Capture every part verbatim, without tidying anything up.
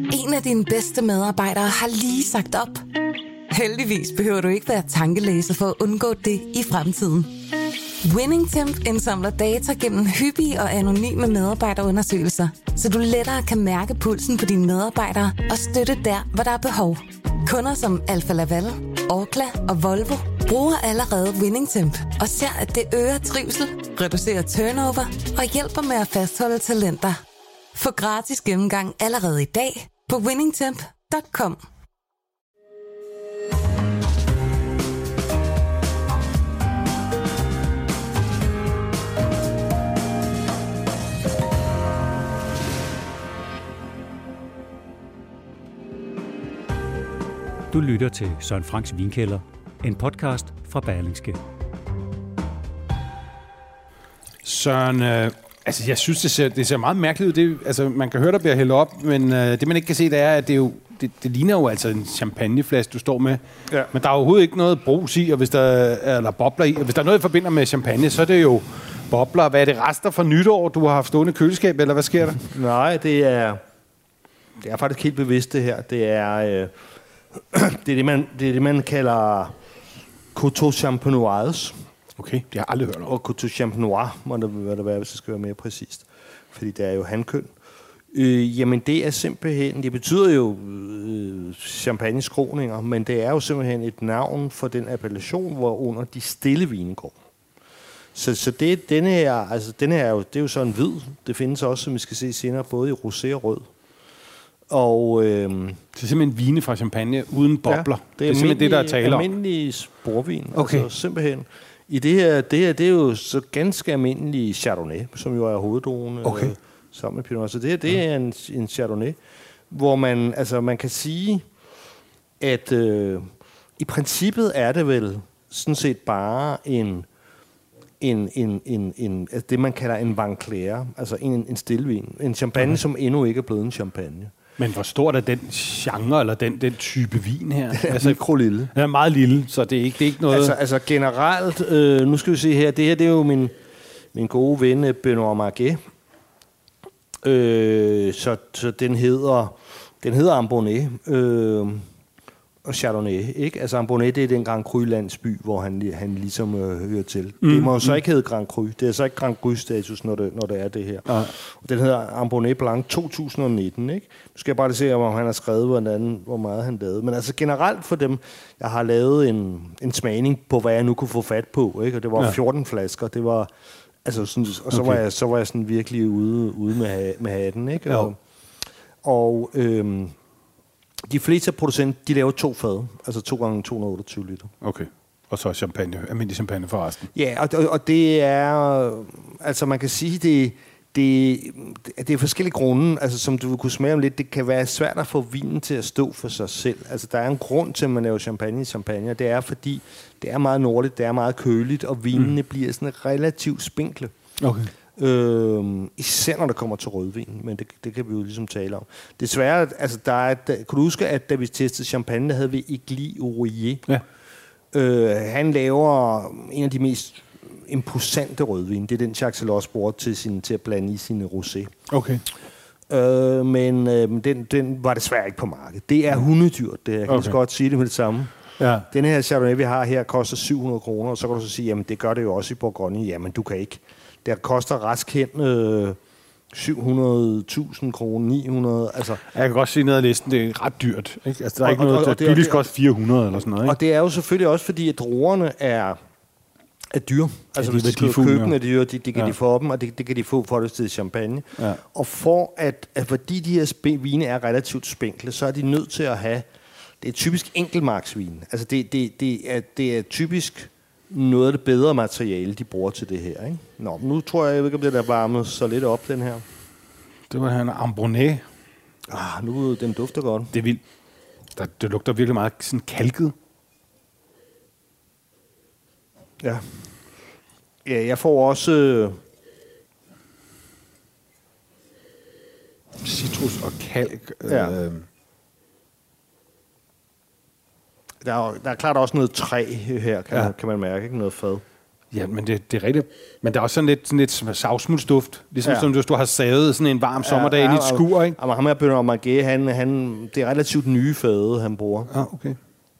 En af dine bedste medarbejdere har lige sagt op. Heldigvis behøver du ikke være tankelæser for at undgå det i fremtiden. WinningTemp indsamler data gennem hyppige og anonyme medarbejderundersøgelser, så du lettere kan mærke pulsen på dine medarbejdere og støtte der, hvor der er behov. Kunder som Alfa Laval, Orkla og Volvo bruger allerede WinningTemp og ser, at det øger trivsel, reducerer turnover og hjælper med at fastholde talenter. Få gratis gennemgang allerede i dag på winningtemp punktum com. Du lytter til Søren Franks Vinkælder, en podcast fra Berlingske. Søren, øh, altså jeg synes, det ser, det ser meget mærkeligt ud. Det, altså, man kan høre, der bliver hældt op, men øh, det man ikke kan se, det er, at det, jo, det, det ligner jo altså en champagneflaske, du står med. Ja. Men der er overhovedet ikke noget brus i, og hvis der er, eller bobler i. Og hvis der er noget, jeg forbinder med champagne, så er det jo bobler. Hvad er det, rester fra nytår, du har haft stående i køleskab, eller hvad sker der? Nej, det er, det er faktisk helt bevidst, det her. Det er... Øh, Det er det, man, det er det, man kalder Coteaux Champenoise. Okay, det har jeg aldrig hørt om. Og Coteaux Champenoise, må det, hvad det være, hvis det skal være mere præcist. Fordi det er jo hankøn. Øh, jamen, det er simpelthen... Det betyder jo øh, champagneskroninger, men det er jo simpelthen et navn for den appellation, hvorunder de stille vine går. Så, så det, denne her, altså, denne her er jo, det er jo sådan hvid. Det findes også, som vi skal se senere, både i rosé og rød. Og, øhm, det er simpelthen vine fra champagne uden bobler. Ja, det er, det er simpelthen det, der er tale om. Almindelig sporvin. Okay. Altså simpelthen. I det her, det her, det er jo så ganske almindelig Chardonnay, som jo er hoveddruen okay. øh, sammen med Pinot Noir. Så det her, det er en, en Chardonnay, hvor man, altså man kan sige, at øh, i princippet er det vel sådan set bare en, en, en, en, en altså det man kalder en Vin Clair, altså en, en stillvin. En champagne, okay. som endnu ikke er blevet en champagne. Men hvor stor er den genre, eller den, den type vin her? Den er altså, mikrolille. Den er meget lille, så det er ikke, det er ikke noget... Altså, altså generelt, øh, nu skal vi se her, det her det er jo min, min gode ven Benoît Marguet. Øh, så, så den hedder, den hedder Ambonnet øh, og Chardonnay, ikke? Altså Ambonnet, det er den Grand Cru-landsby, hvor han, han ligesom øh, hører til. Mm. Det må jo så ikke hedde Grand Cru. Det er så ikke Grand Cru-status, når det, når det er det her. Ja. Den hedder Ambonnet Blanc to tusind nitten, ikke? Nu skal jeg bare se, om han har skrevet, hvordan, hvor meget han lavede. Men altså generelt for dem, jeg har lavet en, en smagning på, hvad jeg nu kunne få fat på, ikke? Og det var ja. fjorten flasker. Det var, altså sådan, og så, okay. var jeg, så var jeg sådan virkelig ude, ude med, med hatten, ikke? Ja. Og, og øhm, de fleste producenter, de laver to fad, altså to gange to hundrede og otteogtyve liter. Okay. Og så champagne, almindelig champagne for resten. Ja, og, og, og det er, altså man kan sige, det, det, det er forskellige grunde, altså som du vil kunne smage om lidt, det kan være svært at få vinen til at stå for sig selv. Altså der er en grund til, at man laver champagne i champagne, og det er fordi, det er meget nordligt, det er meget køligt, og vinene mm. bliver sådan relativt spinkle. Okay. Øhm, især når det kommer til rødvin, men det, det kan vi jo ligesom tale om. Desværre, altså der er, der, kan du huske, at da vi testede champagne, der havde vi Igli Ourier. Ja. Øh, han laver en af de mest imposante rødvin. Det er den Jacques Celos bruger til, sin, til at blande i sine rosé. Okay. Øh, men øh, den, den var desværre ikke på markedet. Det er hundedyrt, det jeg kan okay. godt sige det med det samme. Ja. Den her Chardonnay, vi har her, koster syv hundrede kroner, og så kan du så sige, jamen det gør det jo også i Bourgogne. Jamen du kan ikke. Det koster rask hen øh, syv hundrede tusind kroner, ni hundrede, altså... Jeg kan godt sige ned ad listen, det er ret dyrt, ikke? Altså, der er og, ikke noget, og, og der billigst koster fire hundrede eller sådan noget, ikke? Og det er jo selvfølgelig også, fordi at druerne er, er dyre. Altså, ja, hvis de skal købe er dyre, de, de kan ja. de få dem, og det, det kan de få for det til champagne. Ja. Og for at, at, fordi de her sp- vine er relativt spinkle, så er de nødt til at have... Det er typisk enkeltmarksvin. Altså, det, det, det, er, det er typisk... noget af det bedre materiale, de bruger til det her, ikke? Nå, nu tror jeg, jeg ved ikke, om det der varmet så lidt op, den her. Det var en Ambonnet. Ah, nu den dufter godt. Det er vildt. Der, det lugter virkelig meget sådan kalket. Ja. Ja, jeg får også... Øh... citrus og kalk. Ja. Øh... Der er, der er klart også noget træ her, kan, ja. man, kan man mærke, ikke? Noget fad. Ja, men det, det er rigtigt. Men der er også sådan lidt, sådan lidt savsmuldsduft. Ligesom ja. Som hvis du har savet sådan en varm sommerdag ja, ja, i et skur, ikke? Og ham her Bernard Marguet, han, han, det er relativt nye fade, han bruger. Ja, okay.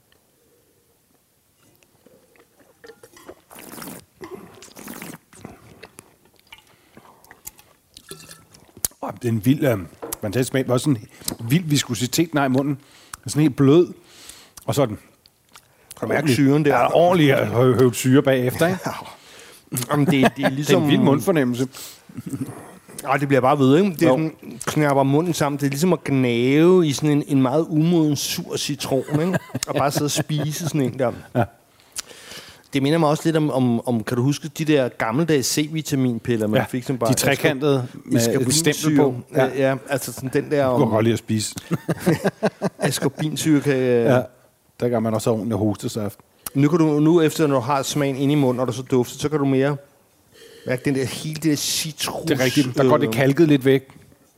Oh, det er en vild, øh, fantastisk smag. Også sådan en vild viskositet nej, i munden. Sådan helt blød. Og sådan... Kan du mærke syren der? Der er ordentligt at høve syre bagefter, ikke? Jamen, det, det er ligesom... Det er en vild mundfornemmelse. Ej, det bliver bare ved, ikke? Det er sådan, knapper munden sammen. Det er ligesom at gnave i sådan en, en meget umoden, sur citron, ikke? Og bare sidde og spise sådan en der. Ja. Det minder mig også lidt om, om, om, kan du huske, de der gammeldags C-vitaminpiller, man ja, fik som bare... de trekantede med et stempel på. Ja. ja, altså sådan den der... Du kan godt lide at spise. Ascorbinsyre kan... Ja, der kan man også have ordentlig hostesaft. Nu kan du, nu efter når du har smagen inde i munden, og der så dufter, så kan du mere... mærke den der hele det der citrus... Det er rigtigt. Der går det kalket lidt væk.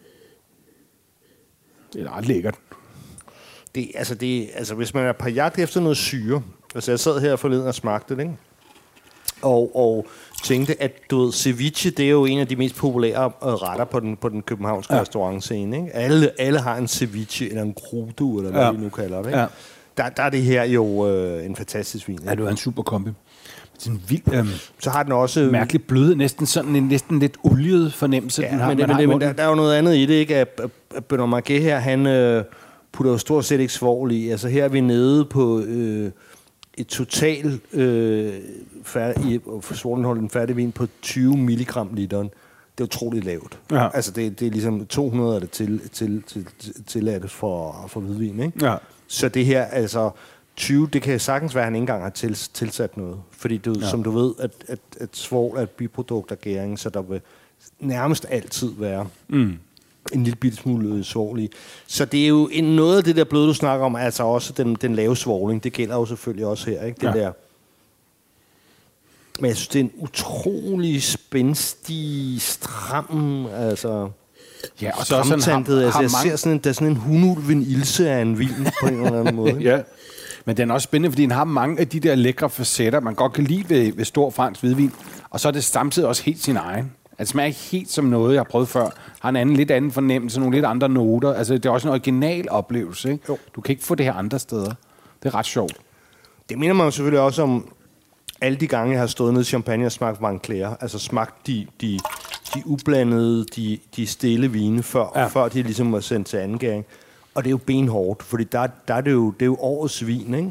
Det er ret lækkert. Det, altså, det, altså, hvis man er på jagt efter noget syre... Altså, jeg sad her forleden og smagte det, ikke? Og, og tænkte, at du ved, ceviche, det er jo en af de mest populære retter på den, på den københavnske ja. restaurantscene, ikke? Alle, alle har en ceviche, eller en crudo, eller hvad ja. vi nu kalder det, ikke? Ja. Der, der er det her jo øh, en fantastisk vin. Ja, det er en super kombi. Sådan vild, øhm, så har den også mærkeligt blød, næsten sådan en næsten lidt oliet fornemmelse. Ja, den har, men, det, men, det, men der, der er jo noget andet i det, ikke? At, at Bernard Marguet her, han øh, putter jo stort set ikke svovl i. Altså her er vi nede på øh, et total øh, færdig, svovlindholdet færdig vin på tyve milligram literen. Det er utroligt lavt. Ja. Altså det, det er ligesom to hundrede er det til, til, til, til, tilladt for, for hvidvin, ikke? Ja. Så det her, altså... tyve, det kan sagtens være, at han ikke engang har til, tilsat noget. Fordi du, ja. som du ved, at, at, at svovl er et biprodukt af gæring, så der vil nærmest altid være mm. en lille bitte smule svovl i. Så det er jo en, noget af det der bløde, du snakker om, altså også den, den lave svovling. Det gælder jo selvfølgelig også her, ikke? Den ja. der. Men jeg synes, det er en utrolig spændstig, stram, altså... Ja, og så sådan har, altså, har jeg ser sådan en, der er sådan en hundulven ilse af en vin på en eller anden måde. Ja. Men den er også spændende, fordi den har mange af de der lækre facetter, man godt kan lide ved, ved stor fransk hvidvin. Og så er det samtidig også helt sin egen. Altså, det smager ikke helt som noget, jeg har prøvet før. Har en anden, lidt anden fornemmelse, nogle lidt andre noter. Altså, det er også en original oplevelse, ikke? Jo. Du kan ikke få det her andre steder. Det er ret sjovt. Det minder mig selvfølgelig også om alle de gange, jeg har stået nede i Champagne og smagt Vin Clair. Altså smagt de, de, de ublandede, de, de stille vine, før, ja. før de ligesom var sendt til anden gæring. Og det er jo benhårdt, fordi der, der er det, jo, det er jo årets vin, ikke?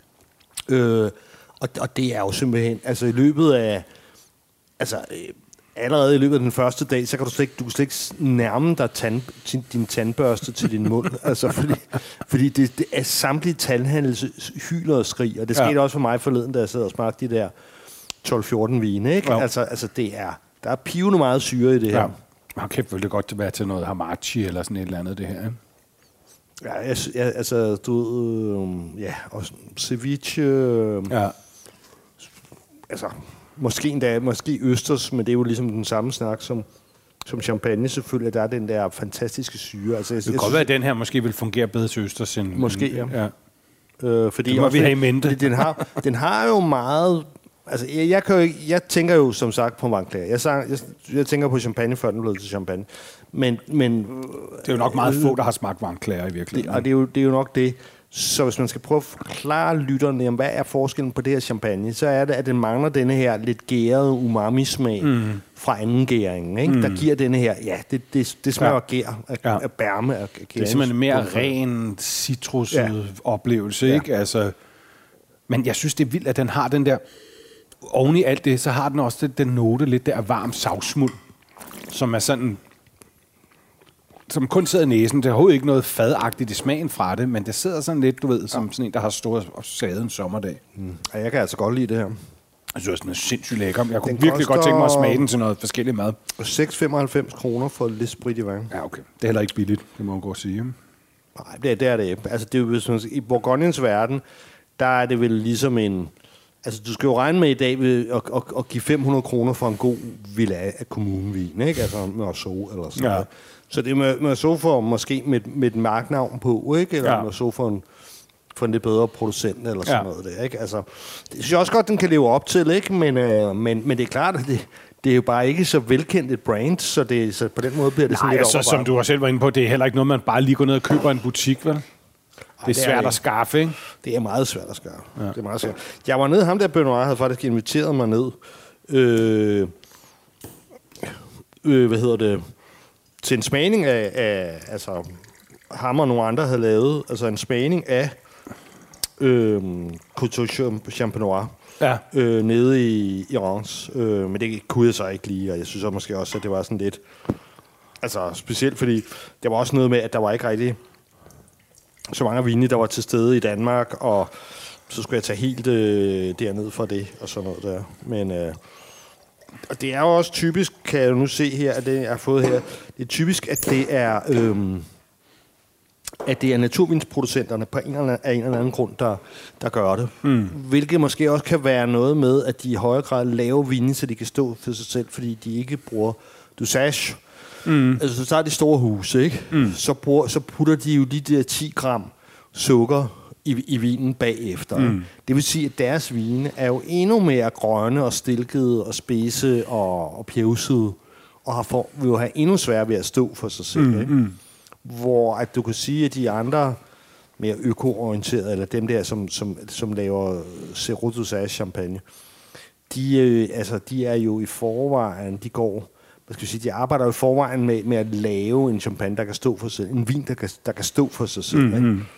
Øh, og, og det er jo simpelthen, altså i løbet af, altså øh, allerede i løbet af den første dag, så kan du slet ikke, du kan slet ikke nærme dig tand, din, din tandbørste til din mund, altså fordi, fordi det, det er samtlige tandhandels hyler og skrig, og det skete ja. også for mig forleden, da jeg sad og smagte de der tolv fjorten vine, ikke? Ja. Altså, altså det er, der er pivende meget syre i det her. Ja. Man kan selvfølgelig godt være til noget hamachi eller sådan et eller andet, det her, ikke? Ja, jeg, jeg, altså, du øh, ja, og ceviche, øh, ja. altså, måske endda, måske østers, men det er jo ligesom den samme snak som, som champagne selvfølgelig, der er den der fantastiske syre. Altså, det kan godt være, at den her måske vil fungere bedre til østers end... Måske, ja. ja. Øh, fordi det må vi have i mente. Den har, den har jo meget... Altså, jeg, jeg, kan jo ikke, jeg tænker jo som sagt på Vin Clair. Jeg, jeg, jeg tænker på champagne, før den blev til champagne. Men, men, det er jo nok meget øh, få, der har smagt Vin Clair i virkeligheden. Det, og det er, jo, det er jo nok det. Så hvis man skal prøve at forklare lytterne, jamen, hvad er forskellen på det her champagne, så er det, at den mangler denne her lidt gærede umami-smag mm. fra anden gæringen. Ikke? Mm. Der giver denne her, ja, det, det, det smager ja. gær, af, ja. af bærme. Af det er simpelthen en mere ren citrus-oplevelse. Ja. Ikke? Altså, men jeg synes, det er vildt, at den har den der... Oven i alt det, så har den også den note lidt der varm savsmuld, som er sådan... som kun sidder i næsen. Det er overhovedet ikke noget fadagtigt i smagen fra det, men det sidder sådan lidt, du ved, som ja. sådan en, der har stået og sadet en sommerdag. Mm. Ja, jeg kan altså godt lide det her. Jeg synes, den er sindssygt lækker. Jeg kunne den virkelig godt tænke mig at smage den til noget forskelligt mad. seks femoghalvfems kroner for lidt sprit i vand. Ja, okay. Det er heller ikke billigt, det må man godt sige. Nej, det er det. Er det. Altså, det er jo, hvis man, i Bourgognes verden, der er det vel ligesom en... Altså, du skal jo regne med i dag ved at, at, at give fem hundrede kroner for en god villa af kommunevin, ikke? Altså med Marceau eller sådan ja. noget. Så det er med Marceau for måske med, med et marknavn på, ikke? Eller ja. Marceau for en, for en lidt bedre producent eller sådan ja. noget der, ikke? Altså, det synes jeg også godt, den kan leve op til, ikke? Men, øh, men, men det er klart, at det, det er jo bare ikke så velkendt et brand, så, det, så på den måde bliver det sådan Nej, lidt så, over. som du har selv været inde på, det er heller ikke noget, man bare lige går ned og køber i en butik, vel? Det er svært at skaffe, ikke? Det er meget svært at skaffe. Ja. Det er meget svært. Jeg var nede, ham der Benoit havde faktisk inviteret mig ned. Øh, øh, hvad hedder det? Til en smagning af, af altså ham og nogle andre havde lavet, altså en smagning af øh, Couture Champenois. Ja. Øh, nede i, i Reims. Øh, men det kunne jeg så ikke lide, og jeg synes også måske også, at det var sådan lidt... Altså specielt, fordi der var også noget med, at der var ikke rigtig så mange vine, der var til stede i Danmark, og så skulle jeg tage helt øh, derned for det, og sådan noget der. Men øh, og det er jo også typisk, kan jeg nu se her, at det jeg har fået her, det er typisk, at det er... Øh, at det er naturvinsproducenterne på en eller anden, af en eller anden grund, der, der gør det. Mm. Hvilket måske også kan være noget med, at de i højere grad laver vine, så de kan stå for sig selv, fordi de ikke bruger dosage. Mm. Altså, så tager de store huse, ikke? Mm. Så, bruger, så putter de jo de der ti gram sukker i, i vinen bagefter. Mm. Det vil sige, at deres vine er jo endnu mere grønne og stilkede og spidse og, og pjevsede, og har for, vil jo have endnu sværere ved at stå for sig selv, mm. ikke? Mm. Hvor at du kan sige, at de andre mere øko-orienterede, eller dem der, som, som, som laver Zero Dosage champagne, de, øh, altså, de er jo i forvejen, de går, hvad skal jeg sige, de arbejder jo i forvejen med, med at lave en champagne, der kan stå for sig selv, en vin, der kan, der kan stå for sig selv. Mm-hmm. Ikke?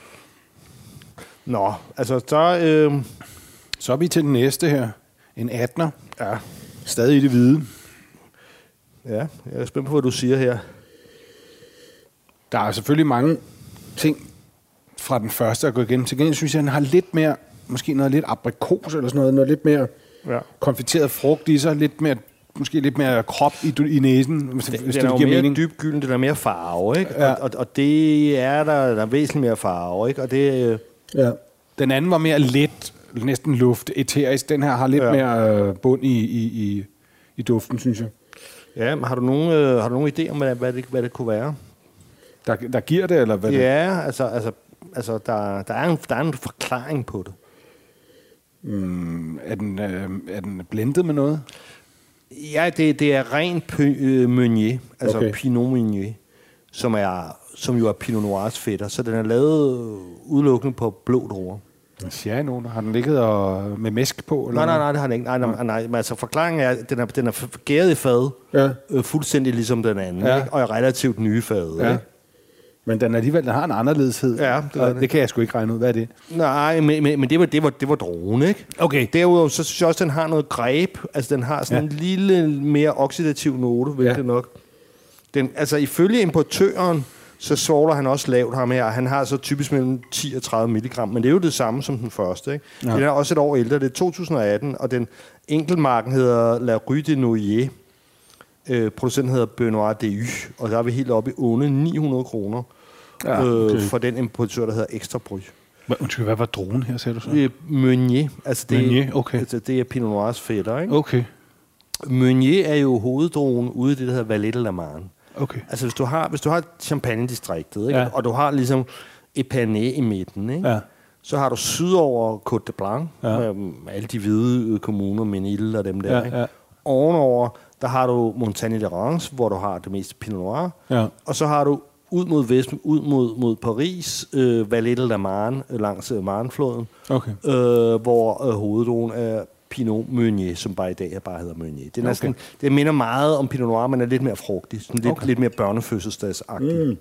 Nå, altså, så... Øh, så er vi til den næste her. En attener. Ja. Stadig i det hvide. Ja, jeg er spændt på, hvad du siger her. Der er selvfølgelig mange ting fra den første at gå igen. Til gengæld synes jeg, at den har lidt mere, måske noget lidt aprikos eller sådan noget, noget lidt mere ja. konfiteret frugt i sig, lidt mere, måske lidt mere krop i, i næsen, hvis det, hvis det, det er giver mere mening. dybgylden, det er mere farve, ikke? Ja. Og, og, og det er der, der er væsentligt mere farve, ikke? Og det... Ja. Den anden var mere let, næsten luft, eterisk. Den her har lidt ja. mere øh, bund i, i, i, i duften, synes jeg. Ja, men har du nogen, øh, har du nogen idé om, hvad, hvad, det, hvad det kunne være? Der, der giver det, eller hvad? Ja, det? altså, altså, altså der, der, er en, der er en forklaring på det. Mm, er, den, øh, er den blendet med noget? Ja, det, det er ren øh, Meunier, altså okay. Pinot Meunier, som, er, som jo er Pinot Noirs fætter. Så den er lavet udelukkende på blå druer. Siger nogen, har den ligget og, med mæsk på? Eller nej, nej, nej, det har den ikke. Nej, nej, nej, men altså forklaringen er, at den er, den er gæret i fad, ja. øh, fuldstændig ligesom den anden, ja. ikke? Og er relativt nye fad. Ja. Ikke? Men den alligevel den har en anderledeshed. Ja, det, det. det kan jeg sgu ikke regne ud. Hvad er det? Nej, men, men, men det var det var det var drogen, ikke? Okay. Derudover så synes jeg også, at den har noget greb. Altså den har sådan ja. en lille mere oxidativ note, hvilket ja. nok. Den, altså ifølge importøren, så svovler han også lavt ham her. Han har så typisk mellem ti og tredive milligram, men det er jo det samme som den første, ikke? Ja. Den er også et år ældre. Det er to tusind og atten, og den enkeltmarken hedder La Rue de Noyer. Øh, producenten hedder Benoit Dehu, og der er vi helt oppe i under ni hundrede kroner ja, okay. øh, for den importør, der hedder Extra Bry. Undskyld, hvad var dronen her, sagde du så? Det er Meunier. Altså det, Meunier, okay. Altså det er Pinot Noirs fætter, ikke? Okay. Meunier er jo hoveddrogen ude i det, der hedder Valais de la Marne. Okay. Altså hvis du har, hvis du har Champagne-distriktet, ikke? Ja. Og du har ligesom Epernay i midten, ikke? Ja. Så har du sydover Côte de Blanc, ja. med, med alle de hvide kommuner, Menil og dem der, ja, ikke? Ja. Ovenover, der har du Montagne de Reims, hvor du har det meste Pinot Noir. Ja. Og så har du ud mod vest, ud mod, mod Paris, øh, Valais de la Marne, øh, langs øh, Marnefloden, okay. øh, hvor øh, hoveddrogen er Pinot Meunier, som bare i dag bare hedder Meunier. Det, er okay. sådan, det minder meget om Pinot Noir, men er lidt mere frugtig. Sådan lidt, okay. lidt mere børnefødselsdagsagtig. Mm.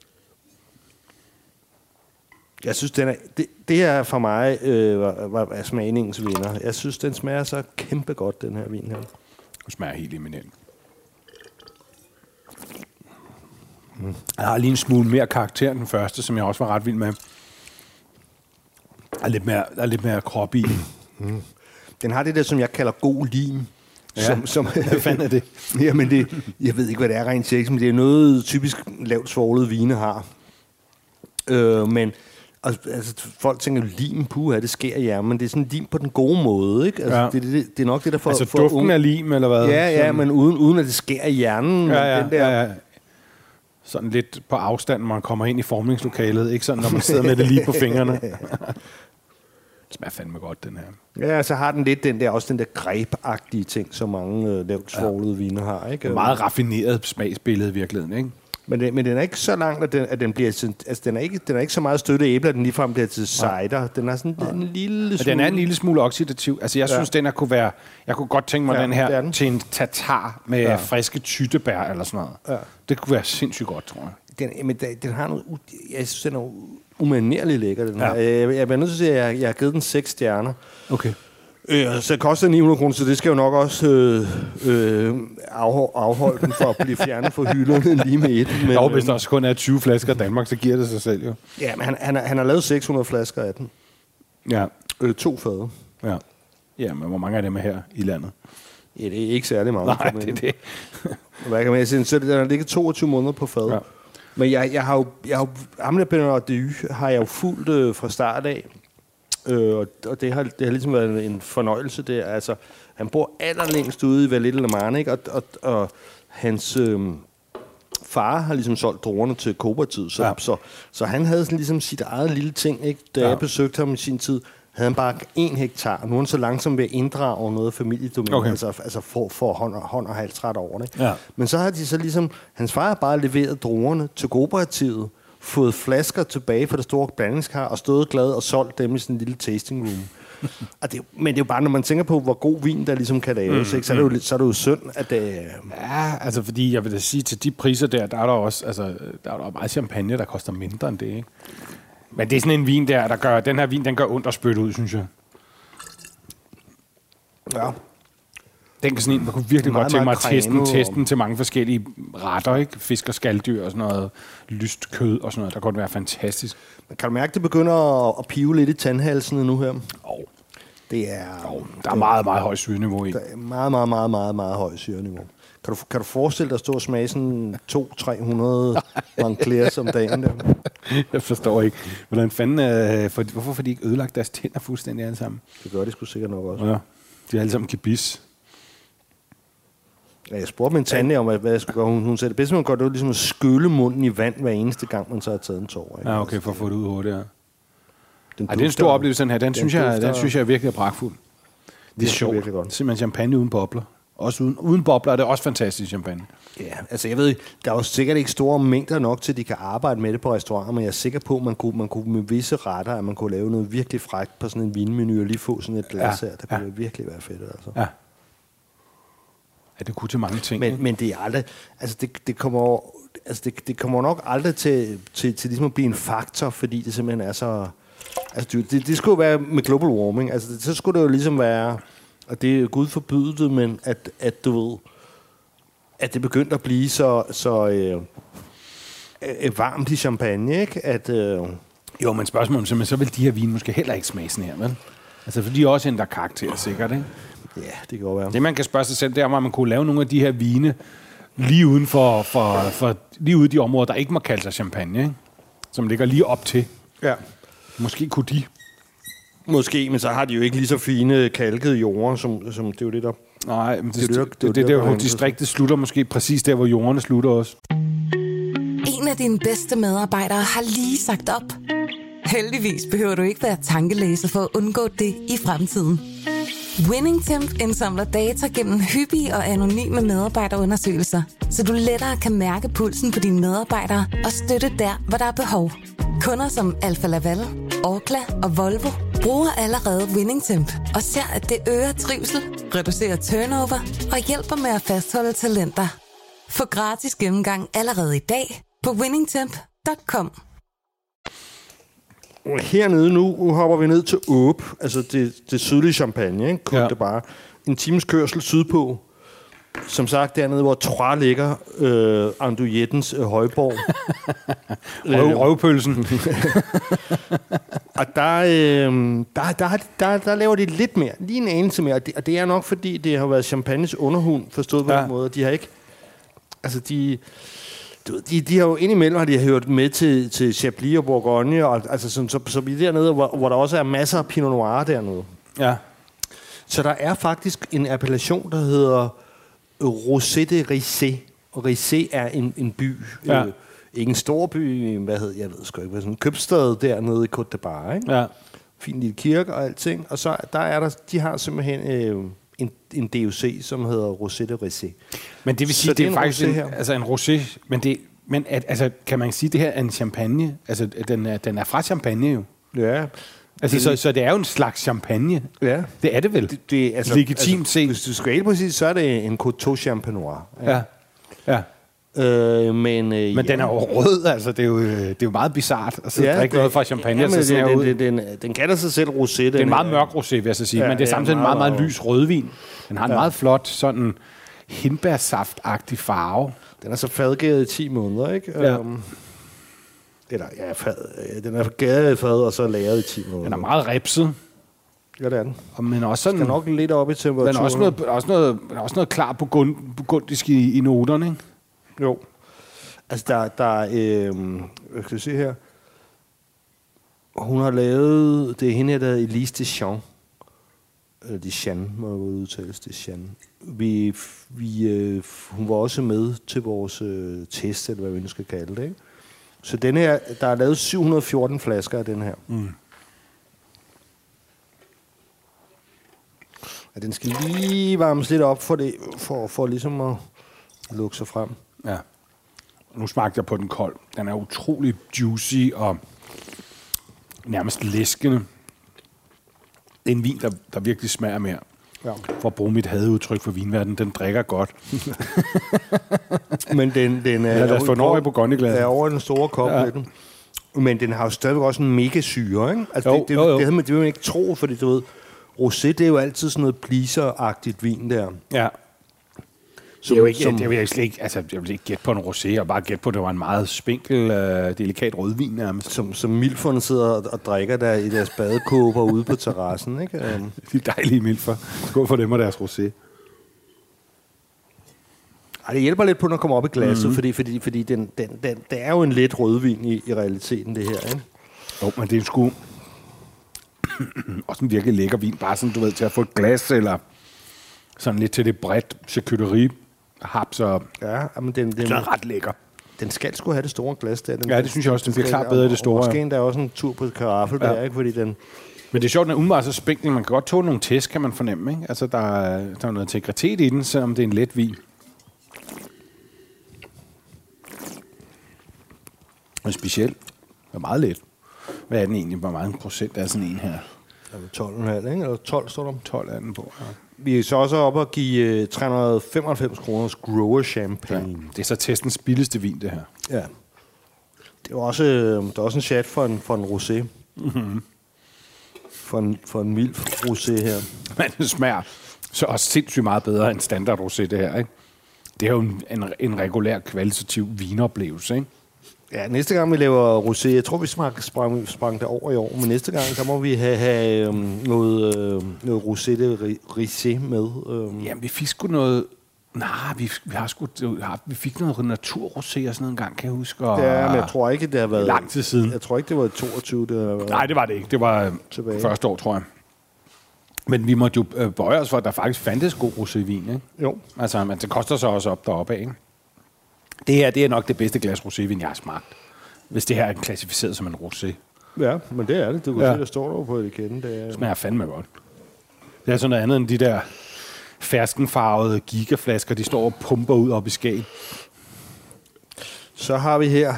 Jeg synes, den er, det, det er for mig øh, var, var, var smagningens vinder. Jeg synes, den smager så kæmpe godt, den her vin her. Den smager helt eminent. Mm. Jeg har lige en smule mere karakter end den første, som jeg også var ret vild med. Der er lidt mere, der er lidt mere krop i. Mm. Den har det der, som jeg kalder god lim. Ja. Som, som, hvad fanden er det? Jamen det, jeg ved ikke, hvad det er rent teknisk, men det er noget typisk lavt svovlede vine har. Øh, men altså, folk tænker, lim, puha, det sker i jer, men det er sådan lim på den gode måde, ikke? Altså, ja. det, det, det er nok det, der får... Altså for duften unge... af lim, eller hvad? Ja, ja, men uden, uden at det sker i hjernen. Ja, ja, den der... ja, ja. sådan lidt på afstand, når man kommer ind i formningslokalet. Ikke sådan, når man sidder med det lige på fingrene. Det smager fandme godt, den her. Ja, så har den lidt den der, også den der grebagtige ting, som mange øh, lavt svovlede ja. viner har. Ikke? Meget raffineret smagsbillede i virkeligheden, ikke? Men, det, men den er ikke så langt, at den, at den bliver... Altså, den er ikke, den er ikke så meget støtte æble, at den ligefrem bliver til cider. Den er sådan ja. en lille smule... Den er en lille smule oxidativ. Altså, jeg ja. synes, den her kunne være... Jeg kunne godt tænke mig ja, den her den. til en tatar med ja. friske tyttebær eller sådan noget. Ja. Det kunne være sindssygt godt, tror jeg. Den, men den har noget... Jeg synes, den er umanerligt lækker, den ja. her. Jeg, jeg bliver nødt til at sige, at jeg, jeg har givet den seks stjerner. Okay. Øh, så det koster ni hundrede kroner, så det skal jo nok også øh, øh, afhold, afholde den for at blive fjernet fra hylderne lige med et. Men, jo, hvis der også kun er tyve flasker i Danmark, så giver det sig selv jo. Ja, men han, han, han har lavet seks hundrede flasker af den. Ja. Øh, to fade. Ja. Ja, men hvor mange af dem er her i landet? Ja, det er ikke særlig mange. Nej, det er det. Hvad kan man sige? Så der har ligget toogtyve måneder på fad. Ja. Men jeg, jeg har jo... Jeg har, ham der Bernard Dehy har jeg jo fulgt øh, fra start af. Øh, og det har, det har ligesom været en fornøjelse der. Altså, han bor allerlængst ude i Vallée de Marne, ikke? Og, og, og hans øh, far har ligesom solgt druerne til kooperativet, så, ja. så, så han havde sådan ligesom sit eget lille ting, ikke? Da ja. jeg besøgte ham i sin tid, havde han bare en hektar. Nu er han så langsomt ved at inddrage noget af familiedomæne, okay. altså, altså for, for hånd, og, hånd og halsret over det. Ja. Men så har de så ligesom, hans far har bare leveret druerne til kooperativet, fået flasker tilbage fra det store blandingskar og stået glad og solgt dem i sådan en lille tasting room. og det, men det er jo bare, når man tænker på, hvor god vin der ligesom kan laves, mm, ikke? Så, er det jo, så er det jo synd, at det... Ja, altså fordi jeg vil da sige, til de priser der, der er der også, altså, der er der meget champagne, der koster mindre end det, ikke? Men det er sådan en vin der, der gør, den her vin, den gør ondt at spytte ud, synes jeg. Ja. Den kan sådan en, man kunne virkelig meget, godt tænke mig at teste den, teste den til mange forskellige retter, ikke? Fisk og skalddyr og sådan noget, lyst kød og sådan noget. Der kunne det være fantastisk. Men kan du mærke, at det begynder at, at pive lidt i tandhalsene nu her? Oh. Det er... Oh, der er meget, meget højt syreniveau i. Der er meget, meget, meget, meget, meget højt syreniveau. Kan du, kan du forestille dig at stå og smage sådan to til tre hundrede Moncler om dagen der? Jeg forstår ikke. Hvordan fanden, øh, for, hvorfor får de ikke ødelagt deres tænder fuldstændig alle sammen? Det gør de sgu sikkert nok også. Ja, de er alle sammen kibis. Ja, jeg spurgte min tante om, hvad jeg skulle gøre. Hun, hun sagde, det bedste, man gør, det er ligesom at skylle munden i vand hver eneste gang, man så har taget en tår. Ja, okay, for at få det ud hurtigt, ja. Den Ej, det er en stor oplevelse, den her. Den, den, synes, jeg, den synes jeg er virkelig pragtfuld. Det er sjovt. Det er simpelthen champagne uden bobler. Også uden, uden bobler er det også fantastisk champagne. Ja, altså jeg ved, der er jo sikkert ikke store mængder nok til, at de kan arbejde med det på restauranter, men jeg er sikker på, at man kunne, man kunne med visse retter, at man kunne lave noget virkelig frækt på sådan en vinmenu og lige få sådan et glas ja, her. Det kunne ja. virkelig være fedt, altså. Ja. Ja, det kunne til mange ting. Men, men det er aldrig, altså det, det kommer altså det, det kommer nok aldrig til, til, til ligesom at blive en faktor, fordi det simpelthen er så... Altså det, det skulle være med global warming, altså det, så skulle det jo ligesom være, og det er Gud forbyde det, men at, at du ved, at det begyndte at blive så, så øh, øh, varmt i champagne, ikke? At, øh, jo, men spørgsmålet er, så vil de her vine måske heller ikke smage sådan her, vel? Altså for de er også ændrer karakter, sikkert, ikke? Ja, det kan godt være. Det, man kan spørge sig selv, det er, om man kunne lave nogle af de her vine lige uden for, for, for lige ude i de områder, der ikke må kalde sig champagne, ikke? Som ligger lige op til. Ja. Måske kunne de. Måske, men så har de jo ikke lige så fine kalkede jorder, som, som det er jo det, der... Nej, men det, det, det, det, det, det der, hvor distriktet slutter måske præcis der, hvor jorderne slutter også. En af dine bedste medarbejdere har lige sagt op. Heldigvis behøver du ikke være tankelæser for at undgå det i fremtiden. WinningTemp indsamler data gennem hyppige og anonyme medarbejderundersøgelser, så du lettere kan mærke pulsen på dine medarbejdere og støtte der, hvor der er behov. Kunder som Alfa Laval, Orkla og Volvo bruger allerede WinningTemp og ser, at det øger trivsel, reducerer turnover og hjælper med at fastholde talenter. Få gratis gennemgang allerede i dag på winningtemp punktum com. Hernede nu, nu hopper vi ned til Åb, altså det, det sydlige Champagne, ikke? Ja. Det bare en times kørsel sydpå. Som sagt, dernede, hvor Troyes ligger, øh, Andujettens øh, højborg. Røv, røvpølsen. Og der, øh, der, der, der, der laver de lidt mere, lige en anelse mere. Og det, og det er nok, fordi det har været Champagnes underhund, forstået på ja. den måde. De har ikke... Altså, de... De, de har jo indimellem har de hørt med til, til Chablis og Bourgogne, og, altså, så, så, så vi er dernede, hvor, hvor der også er masser af Pinot Noir dernede. Ja. Så der er faktisk en appellation, der hedder Rosé de Rissé. Og Rissé er en, en by ja. øh, ikke en stor by, hvad hed, jeg ved sgu ikke, hvad sådan en købstad dernede i Côte d'Ivoire, ikke? Ja. Fin lille kirke og alting. Og så der er der, de har simpelthen øh, en, en D O C, som hedder Rosé de Ricé. Men det vil sige, Så det, det er, en faktisk rosé en, her. altså en rosé, men det, men at, altså kan man sige, det her er en champagne? Altså den er, den er fra champagne jo. Ja. Altså så, så det er jo en slags champagne. Ja. Det er det vel? Det, det, altså, Legitimt altså, set. Hvis du skal helt præcis, så er det en Coteau Champenois. Ja. Ja. Øh, men øh, Men ja. den er jo rød, altså det er jo, det er jo meget bizart at sidde Ja, og drikke det- noget fra champagne. Ja, og men så ser den, ud. den, den, den, den kalder sig selv rosé. Det er en meget mørk rosé, vil jeg så sige, Ja, men det er ja, samtidig en meget, meget, meget lys rødvin. Den har en Ja. meget flot sådan hindbærsaft-agtig farve. Den er så fadgæret i ti måneder, ikke? Ja. Um, eller, ja, fad, ja, den er gæret i fad, og så lagret i ti måneder. Den er meget ripset, Ja, det er den. og men også sådan... Den er nok lidt op i temperaturen. Men også noget, også noget, også noget klar burgund, burgundisk i, i noterne, ikke? Jo. Altså, der, der er... Øh, hvad skal jeg se her? Hun har lavet... Det er hende her, der hedder Elise Deschamps. Eller Deschamps, må jeg udtales. Deschamps. Vi, vi, øh, hun var også med til vores øh, test, eller hvad vi nu skal kalde det, ikke? Så den her... Der er lavet syv hundrede og fjorten flasker af den her. Mm. Ja, den skal lige varmes lidt op for, det, for, for ligesom at lukke sig frem. Ja. Nu smagte jeg på den kold. Den er utrolig juicy og nærmest læskende. Det er en vin, der, der virkelig smager mere. Ja. For at bruge mit hadeudtryk for vinverden, den drikker godt. Men den, den er... Ja, lad os få den over i Bourgogne-glaset. Er over i den store kop Ja. med den. Men den har jo stadigvæk også en mega syre, ikke? Altså, Jo, det, det, jo, jo. det, havde man, det vil man ikke tro, fordi du ved, rosé, det er jo altid sådan noget pleaser-agtigt vin der. Ja. Som, Det er jo ikke, som, det vil jeg, slet ikke, altså, jeg vil ikke gætte på en rosé, og bare gætte på, at det var en meget spinkel, øh, delikat rødvin nærmest. som, som milferne sidder og, og drikker der i deres badekåber ude på terrassen, ikke? Um, De dejlige milfer. Skål for dem og deres rosé. ej, det hjælper lidt på, når den kommer op i glasset, Mhm. mm-hmm. fordi, fordi, fordi den, den, den, det er jo en let rødvin i, i realiteten, det her, ikke? Jo, men det er sgu også en virkelig lækker vin. Bare sådan, du ved, til at få et glas, eller sådan lidt til det bredt charcuterie haps, og Ja, men den, den, det er ret lækker. den skal sgu have det store glas der. Den, Ja, det synes jeg også. Den bliver skal- klart bedre i det store, Og ja. måske endda også en tur på Karaffelberg, Ja. ja. ikke? Fordi den... Men det er sjovt, den er umiddelbart så spinkel. Man kan godt tåle nogle tæsk, kan man fornemme, ikke? Altså, der er, der er noget integritet i den, selvom det er en let vin. Og specielt. Det er meget let. Hvad er den egentlig? Hvor mange procent er sådan en her? Jamen, tolv komma fem, ikke? Eller tolv står der. tolv er den på. Ja. Vi er så også oppe og give uh, tre hundrede og femoghalvfems kroners Grower Champagne. Det er så testens billigste vin, det her. Ja. ja. Det er også, øh, der er også en chat for en, for en rosé. Mm-hmm. For en, for en mild rosé her. Men det smager så også sindssygt meget bedre end standard rosé, det her, ikke? Det er jo en, en, en regulær kvalitativ vinoplevelse, ikke? Ja, næste gang vi laver rosé, jeg tror vi sprang, sprang, sprang det over i år, men næste gang, der må vi have, have um, noget, øh, noget rosé de ricé med. Um. Jamen, vi fik sgu noget... Nej, vi, vi har sgu... Vi fik noget naturrosé og sådan noget en gang, kan jeg huske. Og Ja, men jeg tror ikke, det har været... lang tid siden. Jeg tror ikke, det var toogtyve, det har været. Nej, det var det ikke. Det var Tilbage. første år, tror jeg. Men vi måtte jo øh, bøje os for, at der faktisk fandtes god rosévin, ikke? Jo. Altså, men det koster så også op deroppe af, ikke? Det her, det er nok det bedste glas rosévin, jeg har smagt. Hvis det her er klassificeret som en rosé. Ja, men det er det. Du kan Ja. ja. se, der står der på etiketten. Det er, Det smager fandme godt. Det er sådan noget andet end de der ferskenfarvede gigaflasker, de står og pumper ud op i Skagen. Så har vi her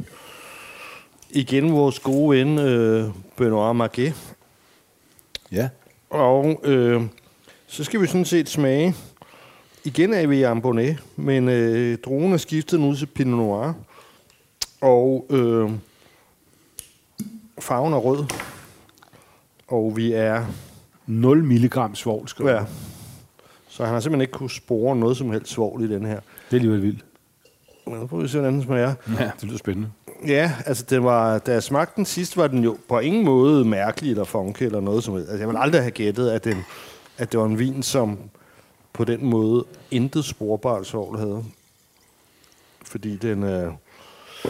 igen vores gode ven, øh, Benoît Marguet. Ja. Og øh, så skal vi sådan set smage. Igen er vi i Ambonnet, men øh, druen er skiftet nu til Pinot Noir. Og øh, farven er rød. Og vi er... nul milligram svovl, skal Ja. Så han har simpelthen ikke kunne spore noget som helst svovl i den her. Det er alligevel vildt. Men nu prøver vi se, hvordan den smager. Ja, det lyder spændende. Ja, altså det var, da jeg smagte den sidst, var den jo på ingen måde mærkelig eller funky eller noget som helst. Altså jeg ville aldrig have gættet, at, den, at det var en vin, som på den måde intet sporbart svovl havde. Fordi den... Øh,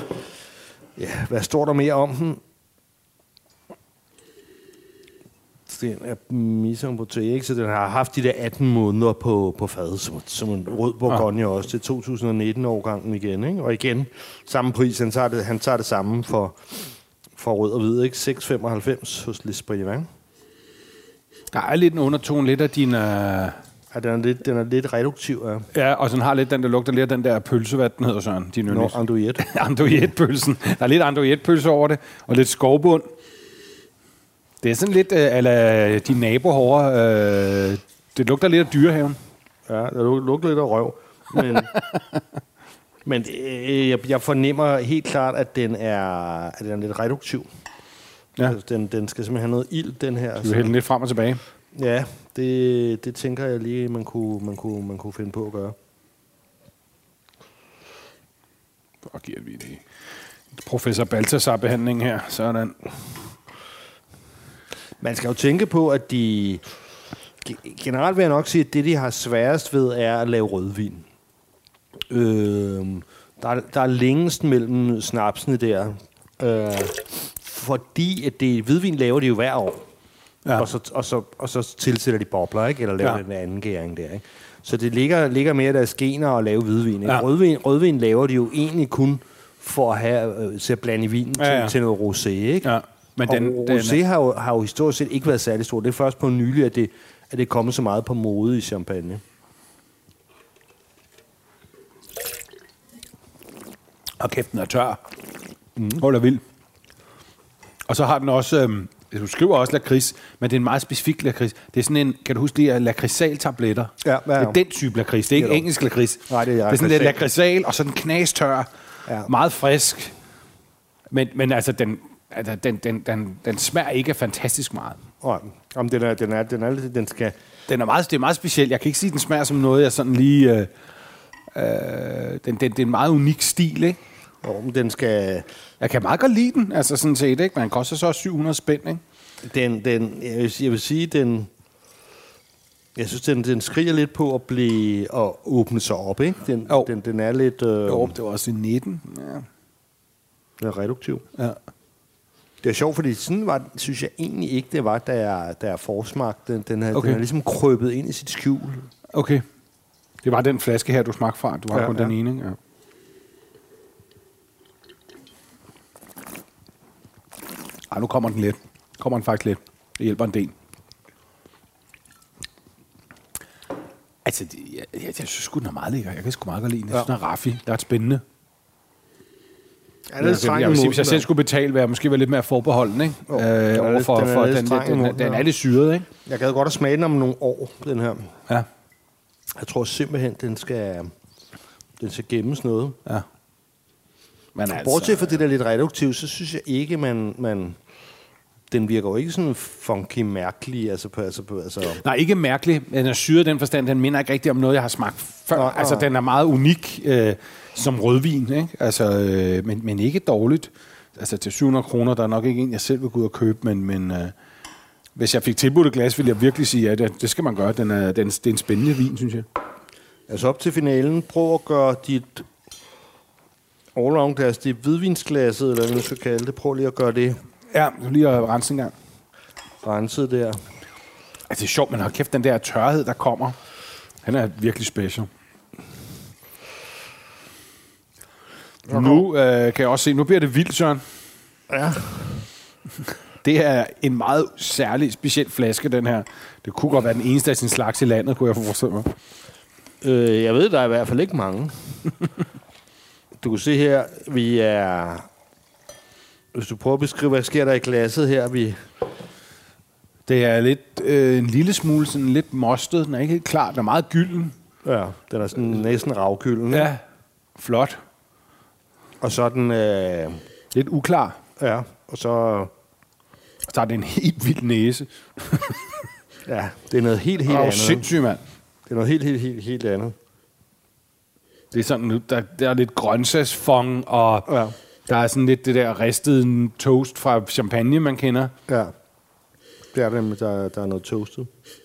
ja, hvad står der mere om den? Den er misimporteret, ikke? Så den har haft de der atten måneder på, på fad, som, som en rød Bourgogne ja. Også til to tusind nitten-årgangen igen, ikke? Og igen, samme pris, han tager det, han tager det samme for, for rød og hvid, ikke? seks komma femoghalvfems hos L'Esprivant. Der er lidt en undertone, lidt af din... Uh... Ja, den er lidt, den er lidt reduktiv, ja. Ja, og sådan har lidt den, der lugter lidt af den der pølse, hvad den hedder, Søren, din yndlings. Nå, andouillette. Andouillette-pølsen. Der er lidt andouillette-pølse over det, og lidt skovbund. Det er sådan lidt, øh, ala de nabohårde. Øh, det lugter lidt af Dyrehaven. Ja, det lugter lidt af røv. Men, men øh, jeg, jeg fornemmer helt klart, at den er, at den er lidt reduktiv. Ja. Altså, den, den skal simpelthen have noget ild, den her. Du vil hælde lidt frem og tilbage. Ja, det, det tænker jeg lige, man kunne, man, kunne, man kunne finde på at gøre. Og giver vi det. Professor Balthasar-behandling her. Sådan. Man skal jo tænke på, at de... Generelt vil jeg nok sige, at det, de har sværest ved, er at lave rødvin. Øh, der, er, der er længst mellem snapsene der. Øh, fordi at det, hvidvin laver de jo hver år. Ja. Og, så, og, så, og så tilsætter de bobler, ikke? Eller laver ja. Den anden gæring der, ikke? Så det ligger, ligger mere deres gener at lave hvidvin. Ikke? Ja. Rødvin, rødvin laver de jo egentlig kun for at have øh, til at blande i vinen ja, ja. Til, til noget rosé, ikke? Ja. Men den, og rosé den, har, jo, har jo historisk set ikke været særlig stor. Det er først på nylig, at det, at det er kommet så meget på mode i champagne. Og kæft, den er tør. Mm. Holder vild. Og så har den også... Øhm, du skriver også lakrids, men det er en meget specifik lakrids. Det er sådan en, kan du huske de her lakridsal-tabletter? Ja, ja, ja. Det er den type lakrids. Det er ikke det er engelsk lakrids. Nej, det er, det er sådan lidt lakridsal, og så den knastør. Ja. Meget frisk. Men, men altså, den, altså den, den, den, den smager ikke fantastisk meget. Nej, om den er, den er, den er, den skal... Den er meget, det er meget speciel. Jeg kan ikke sige, at den smager som noget, jeg sådan lige... Øh, øh, den, den, det er en meget unik stil, ikke? Jo, men den skal... Jeg kan meget godt lide den, altså sådan set, ikke? Men den koster så syv hundrede spænd, ikke? Den, den, jeg, vil, jeg vil sige, den... Jeg synes, den, den skriger lidt på at blive... at åbne sig op, ikke? Den, oh. den, den er lidt... Øh, jo, det var også i nitten, ja. Den er reduktiv. Ja. Det er sjovt, fordi sådan var, synes jeg egentlig ikke, det var, da jeg, da jeg forsmagte den. Den, okay. Den er ligesom krøbet ind i sit skjul. Okay. Det var den flaske her, du smagte fra. Du har ja, kun ja. Den ene, ja. Ej, nu kommer den lidt. Kommer den faktisk lidt. Det hjælper en del. Altså, det, jeg, jeg, jeg synes sgu, den er meget lækker. Jeg kan sgu meget godt lide den. Jeg synes, den er raffi. Der er spændende. Ja, det er jeg, jeg, jeg vil sige, hvis jeg selv skulle betale, vil jeg måske være lidt mere forbeholden, ikke? Oh, øh, overfor, den, for, den, den, den, den, den er lidt syret, ikke? Jeg gad godt at smage den om nogle år, den her. Ja. Jeg tror simpelthen, den skal, den skal gemmes noget. Ja. Men altså, bortset fra det der lidt reduktivt, så synes jeg ikke, man... man den virker jo ikke sådan funky mærkelig. Altså på, altså på, altså Nej, ikke mærkelig. Den er syret den forstand. Den minder ikke rigtig om noget, jeg har smagt før. Nå, altså, nå. Den er meget unik øh, som rødvin, ikke? Altså, øh, men, men ikke dårligt. Altså, til syv hundrede kroner, der er nok ikke en, jeg selv vil gå ud og købe, men, men øh, hvis jeg fik tilbudt et glas, ville jeg virkelig sige, at ja, det, det skal man gøre. Den er, den, det er en spændende vin, synes jeg. Altså op til finalen, prøv at gøre dit all-round glas, det er hvidvinsglasset, eller hvad man skal kalde det. Prøv lige at gøre det. Ja, lige at rense en gang. Renset der. Altså, det er sjovt, men har kæft, den der tørhed, der kommer. Den er virkelig special. Okay. Nu øh, kan jeg også se, nu bliver det vildt, Søren. Ja. Det er en meget særlig, speciel flaske, den her. Det kunne godt være den eneste af sin slags i landet, kunne jeg forestille mig. Øh, jeg ved, der er i hvert fald ikke mange. Du kan se her, vi er... Hvis du prøver at beskrive, hvad sker der i glasset her, vi... Det er lidt øh, en lille smule sådan lidt mostet. Den er ikke helt klar. Den er meget gylden. Ja, den er sådan næsten ravgylden. Ja, flot. Og så er den... Øh... Lidt uklar. Ja, og så... Så er det en helt vild næse. Ja, det er noget helt, helt oh, andet. Sindssygt, mand. Det er noget helt, helt, helt, helt andet. Det er sådan, der, der er lidt grøntsagsfond, og ja. Der er sådan lidt det der ristede toast fra champagne, man kender. Ja, det er det, der, der er noget toastet.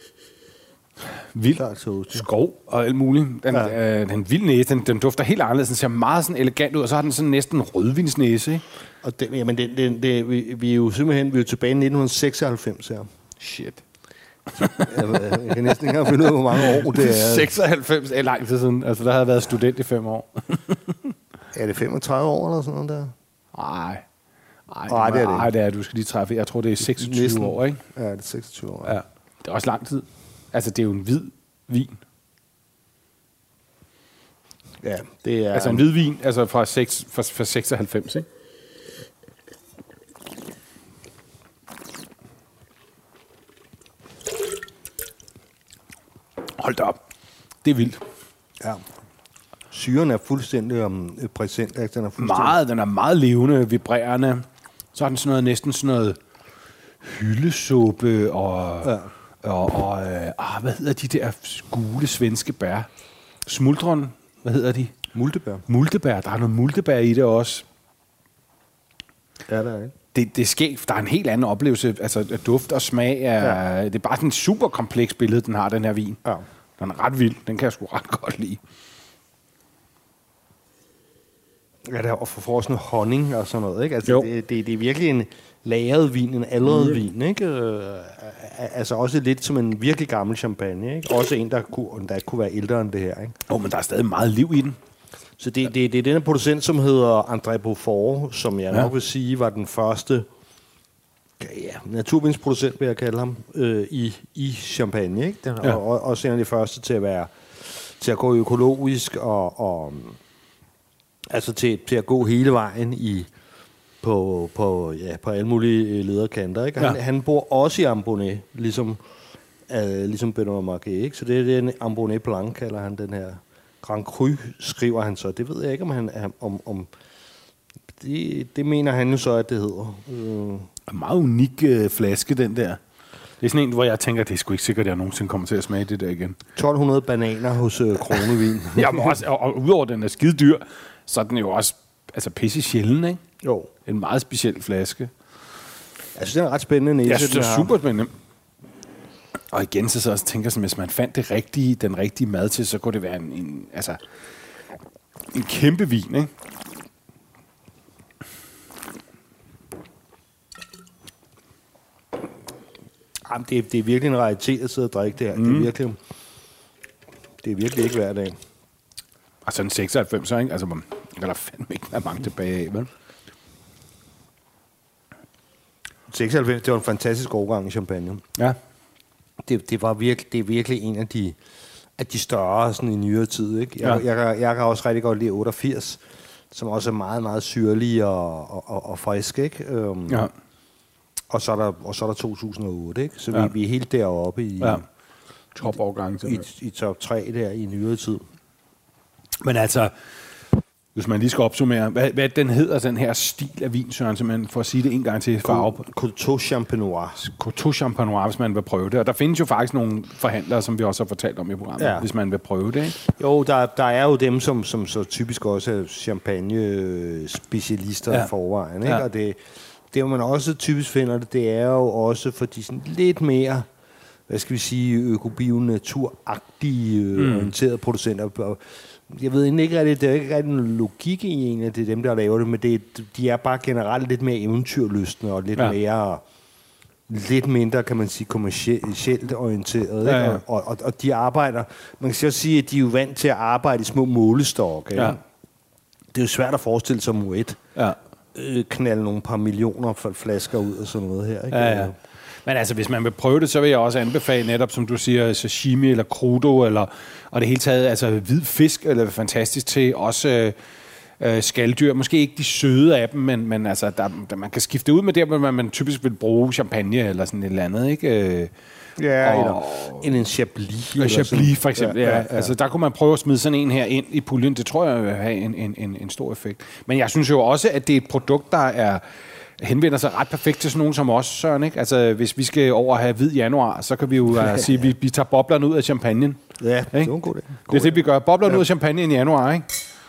Vild toastet. Skov og alt muligt. Den, ja. øh, den vild næse, den, den dufter helt anderledes. Den ser meget sådan elegant ud, og så har den sådan næsten rødvinsnæse, ikke? Og den, jamen, det, det, det, vi, vi er jo simpelthen vi er jo tilbage i nitten seksoghalvfems her. Shit. jeg, jeg kan næsten ikke engang finde ud af, hvor mange år det er. seksoghalvfems er lang tid siden. Altså, der havde jeg været student i fem år. Er det femogtredive år eller sådan noget der? Nej. Nej, Ej, det er det. Nej, det er, du skal lige træffe. Jeg tror, det er seksogtyve Næsten. år, ikke? Ja, det er seksogtyve år. Ja. Det er også lang tid. Altså, det er jo en hvid vin. Ja, det er... Altså en hvid vin, altså fra, seks, fra, fra seksoghalvfems, ikke? Hold da op. Det er vildt. Ja. Syren er fuldstændig um, præsent. Ikke? Den er fuldstændig... Meget, den er meget levende, vibrerende. Så er den sådan noget, næsten sådan noget hyldesuppe og... Ja. Og, og øh, ah, hvad hedder de der gule svenske bær? Smuldron, hvad hedder de? Multebær. Multebær, der er noget multebær i det også. Ja, der er ikke. Det, det er skægt, der er en helt anden oplevelse, altså duft og smag, er, ja. Det er bare sådan en super kompleks billede, den har, den her vin. Ja. Den er ret vild, den kan jeg sgu ret godt lide. Ja, der er for sådan honning og sådan noget, ikke? Altså, Jo. det, det, det er virkelig en lagret vin, en aldret mm. vin, ikke? Øh, altså også lidt som en virkelig gammel champagne, ikke? Også en, der kunne, der kunne være ældre end det her, ikke? Åh, oh, men der er stadig meget liv i den. Så det, det, det er den producent, som hedder André Beaufort, som jeg ja. nok vil sige var den første ja, naturvinsproducent, vil jeg kalde ham, øh, i, i champagne, ikke? Den, ja. og, og også en af de første til at være til at gå økologisk og, og altså til, til at gå hele vejen i på, på, ja, på alle mulige lederkanter, ikke? Han, ja. han bor også i Ambonnet, ligesom, øh, ligesom Benoît Marguet, ikke? Så det er den Ambonnet Blanc, kalder han den her. Grand Cru skriver han så. Det ved jeg ikke, om han om, om det, det mener han jo så, at det hedder. Øh. En meget unik øh, flaske, den der. Det er sådan en, hvor jeg tænker, det er sgu ikke sikkert, at jeg nogensinde kommer til at smage det der igen. tolv hundrede bananer hos øh, Kronevin. Jamen også, og, og udover den er skide dyr, så er den jo også altså pisse sjælden, ikke? Jo. En meget speciel flaske. Jeg synes, det er ret spændende næse. Jeg synes, det er super spændende. Og igen, så, så også tænker jeg, hvis man fandt det rigtige, den rigtige mad til, så kunne det være en, en, altså, en kæmpe vin, ikke? Jamen, det, er, det er virkelig en raritet at sidde og drikke det her. Mm. Det er virkelig, det er virkelig ikke hver dag. Og sådan seksoghalvfems, ikke? Altså, man kan der fandme ikke være mange tilbage af, vel? seksoghalvfems, det var en fantastisk årgang i champagne. Ja. Det, det var virkelig, det er virkelig en af de, af de større sådan i nyere tid, ikke? Jeg, Ja. jeg, jeg, jeg kan også rigtig godt lide otteogfirs, som også er meget, meget syrlig og, og, og, og frisk, ikke? Um, Ja. Og så er der, og så er der to tusind og otte, ikke? Så Ja. vi, vi er helt deroppe i, Ja. Top-årgang. i, i top tre der i nyere tid. Men altså, hvis man lige skal opsummere, hvad, hvad den hedder, den her stil af vin, Søren, simpelthen, for at sige det en gang til farve på. Coteau Champenois. Coteau Champenois, hvis man vil prøve det. Og der findes jo faktisk nogle forhandlere, som vi også har fortalt om i programmet, Ja. hvis man vil prøve det, ikke? Jo, der, der er jo dem, som, som så typisk også er champagne-specialister Ja. i forvejen, ikke? Ja. Og det, det, hvor man også typisk finder det, det er jo også for de sådan lidt mere, hvad skal vi sige, økobio-naturagtige mm. orienterede producenter. Jeg ved ikke rigtig, det er ikke rigtig en logik i en af det, dem, der laver det, men det, de er bare generelt lidt mere eventyrlystne og lidt Ja. mere, lidt mindre, kan man sige, kommercielt orienteret. Ja, ja. Ikke? Og, og, og de arbejder, man kan også sige, at de er jo vant til at arbejde i små målestokke. Ja. Det er jo svært at forestille sig Moet. Ja. Øh, knalde nogle par millioner flasker ud og sådan noget her. Ikke? Ja, ja. Men altså, hvis man vil prøve det, så vil jeg også anbefale netop, som du siger, sashimi eller crudo, eller, og det hele taget, altså hvid fisk, eller fantastisk til, også øh, skalddyr. Måske ikke de søde af dem, men, men altså, der, der, man kan skifte ud med det, hvor man, man typisk vil bruge champagne eller sådan et eller andet, ikke? Øh, Ja, og, eller en chablis. En chablis, for eksempel. Ja, ja, Ja, ja, ja, ja. Altså, der kunne man prøve at smide sådan en her ind i puljen. Det tror jeg vil have en, en, en, en stor effekt. Men jeg synes jo også, at det er et produkt, der er henvender sig ret perfekt til sådan nogen som os, Søren, ikke? Altså, hvis vi skal over og have hvid januar, så kan vi jo uh, sige, at vi, vi tager boblerne ud af champagnen. Ja, det ikke? er en god idé. Det er det, vi gør. Boblerne ja. ud af champagnen i januar, ikke?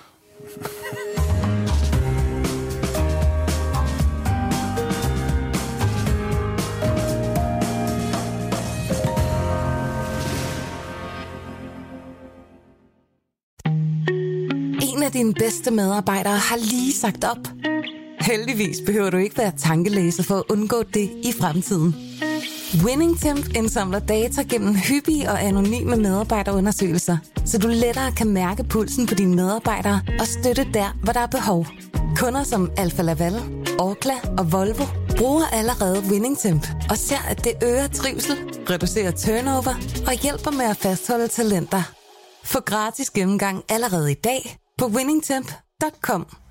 En af dine bedste medarbejdere har lige sagt op. Heldigvis behøver du ikke være tankelæser for at undgå det i fremtiden. WinningTemp indsamler data gennem hyppige og anonyme medarbejderundersøgelser, så du lettere kan mærke pulsen på dine medarbejdere og støtte der, hvor der er behov. Kunder som Alfa Laval, Orkla og Volvo bruger allerede WinningTemp og ser, at det øger trivsel, reducerer turnover og hjælper med at fastholde talenter. Få gratis gennemgang allerede i dag på winningtemp punktum com.